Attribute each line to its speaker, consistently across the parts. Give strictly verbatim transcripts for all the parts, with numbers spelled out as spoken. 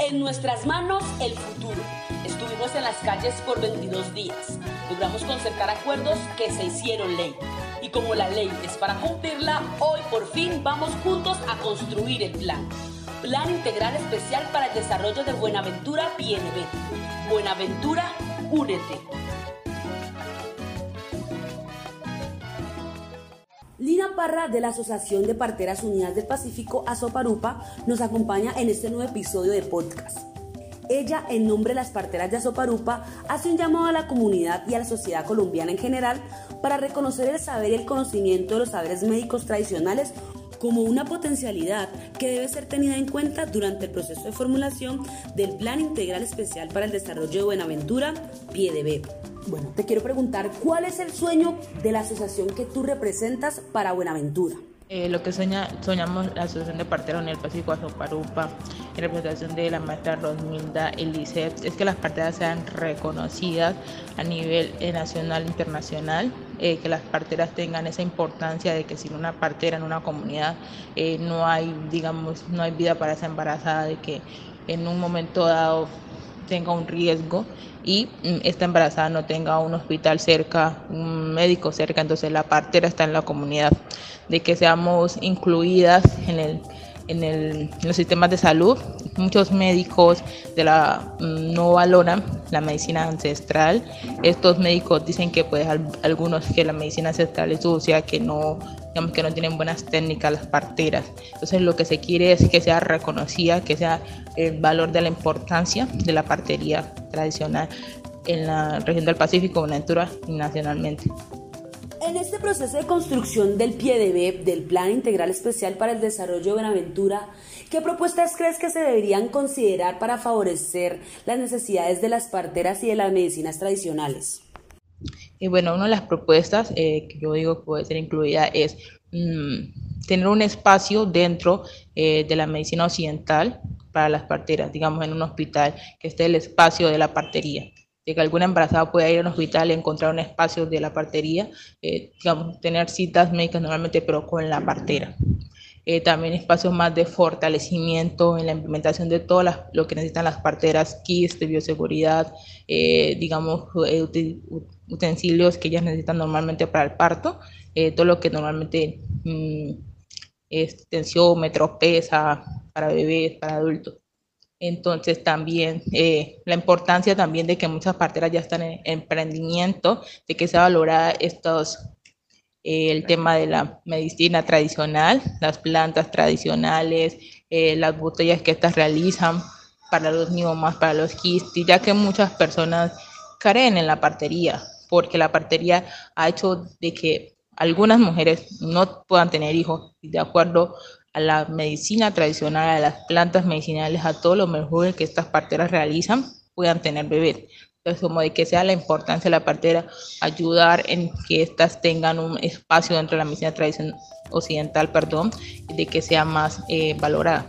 Speaker 1: En nuestras manos el futuro. Estuvimos en las calles por veintidós días. Logramos concertar acuerdos que se hicieron ley. Y como la ley es para cumplirla, hoy por fin vamos juntos a construir el plan. Plan Integral Especial para el Desarrollo de Buenaventura P N B. Buenaventura, únete. Lina Parra, de la Asociación de Parteras Unidas del Pacífico, Asoparupa, nos acompaña en este nuevo episodio de podcast. Ella, en nombre de las parteras de Asoparupa, hace un llamado a la comunidad y a la sociedad colombiana en general para reconocer el saber y el conocimiento de los saberes médicos tradicionales como una potencialidad que debe ser tenida en cuenta durante el proceso de formulación del Plan Integral Especial para el Desarrollo de Buenaventura, P N B. Bueno, te quiero preguntar, ¿cuál es el sueño de la asociación que tú representas para Buenaventura?
Speaker 2: Eh, lo que soña, soñamos la Asociación de Parteras Unidas del Pacífico, Asoparupa, en representación de la maestra Rosmilda Elisef, es que las parteras sean reconocidas a nivel eh, nacional e internacional, eh, que las parteras tengan esa importancia de que sin una partera en una comunidad eh, no hay, digamos, no hay vida para esa embarazada, de que en un momento dado tenga un riesgo y esta embarazada no tenga un hospital cerca, un médico cerca, entonces la partera está en la comunidad, de que seamos incluidas en el en, el, en los sistemas de salud. Muchos médicos de la no valoran la medicina ancestral. Estos médicos dicen que pues algunos que la medicina ancestral es sucia, que no, digamos que no tienen buenas técnicas las parteras. Entonces lo que se quiere es que sea reconocida, que sea el valor de la importancia de la partería tradicional en la región del Pacífico, Buenaventura y nacionalmente.
Speaker 1: En este proceso de construcción del P N B, del Plan Integral Especial para el Desarrollo de Buenaventura, ¿qué propuestas crees que se deberían considerar para favorecer las necesidades de las parteras y de las medicinas tradicionales?
Speaker 2: Y bueno, una de las propuestas eh, que yo digo que puede ser incluida es mmm, tener un espacio dentro eh, de la medicina occidental para las parteras, digamos en un hospital, que esté el espacio de la partería, de que alguna embarazada pueda ir a un hospital y encontrar un espacio de la partería, eh, digamos, tener citas médicas normalmente, pero con la partera. Eh, también espacios más de fortalecimiento en la implementación de todo las, lo que necesitan las parteras, kits de bioseguridad, eh, digamos, eh, utensilios que ellas necesitan normalmente para el parto, eh, todo lo que normalmente mmm, es tensiómetro, pesa para bebés, para adultos. Entonces también eh, la importancia también de que muchas parteras ya están en emprendimiento, de que se valora estos, eh, el tema de la medicina tradicional, las plantas tradicionales, eh, las botellas que estas realizan para los miomas, para los quistes, ya que muchas personas creen en la partería, porque la partería ha hecho de que algunas mujeres no puedan tener hijos de acuerdo a la medicina tradicional, a las plantas medicinales, a todo lo mejor que estas parteras realizan, puedan tener bebés. Entonces, como de que sea la importancia de la partera, ayudar en que éstas tengan un espacio dentro de la medicina tradicional occidental, perdón, y de que sea más eh, valorada.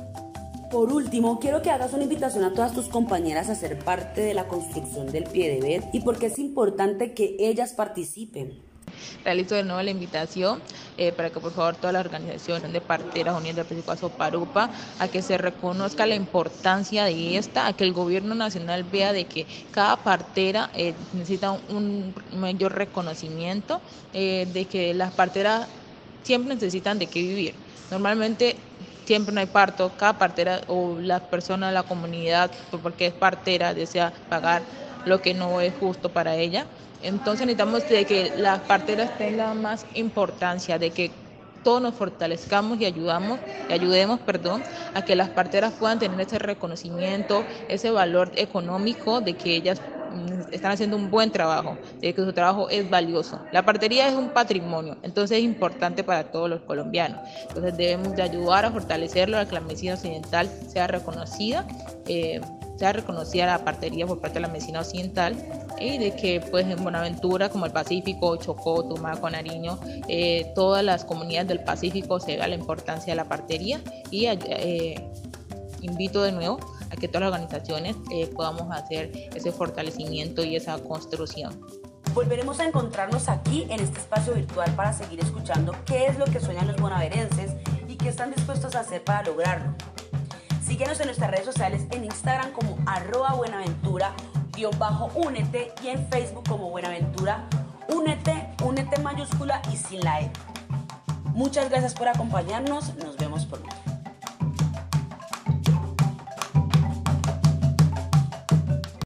Speaker 1: Por último, quiero que hagas una invitación a todas tus compañeras a ser parte de la construcción del P N B y porque es importante que ellas participen.
Speaker 2: Realizo de nuevo la invitación eh, para que por favor todas las organizaciones de parteras unidas del Pacífico, Asoparupa, a que se reconozca la importancia de esta, a que el gobierno nacional vea de que cada partera eh, necesita un mayor reconocimiento, eh, de que las parteras siempre necesitan de qué vivir. Normalmente siempre no hay parto, cada partera o la persona de la comunidad, porque es partera, desea pagar lo que no es justo para ella. Entonces necesitamos de que las parteras tengan más importancia, de que todos nos fortalezcamos y ayudamos, y ayudemos, perdón, a que las parteras puedan tener ese reconocimiento, ese valor económico de que ellas están haciendo un buen trabajo, de que su trabajo es valioso. La partería es un patrimonio, entonces es importante para todos los colombianos. Entonces debemos de ayudar a fortalecerlo, a que la medicina occidental sea reconocida, eh, sea reconocida la partería por parte de la medicina occidental, y de que pues en Buenaventura, como el Pacífico, Chocó, Tumaco, Nariño, eh, todas las comunidades del Pacífico se vea la importancia de la partería, y eh, invito de nuevo a que todas las organizaciones eh, podamos hacer ese fortalecimiento y esa construcción.
Speaker 1: Volveremos a encontrarnos aquí en este espacio virtual para seguir escuchando qué es lo que sueñan los bonaverenses y qué están dispuestos a hacer para lograrlo. Síguenos en nuestras redes sociales, en Instagram como arroba buenaventura guión bajo únete y en Facebook como Buenaventura únete, únete mayúscula y sin la E. Muchas gracias por acompañarnos, nos vemos pronto.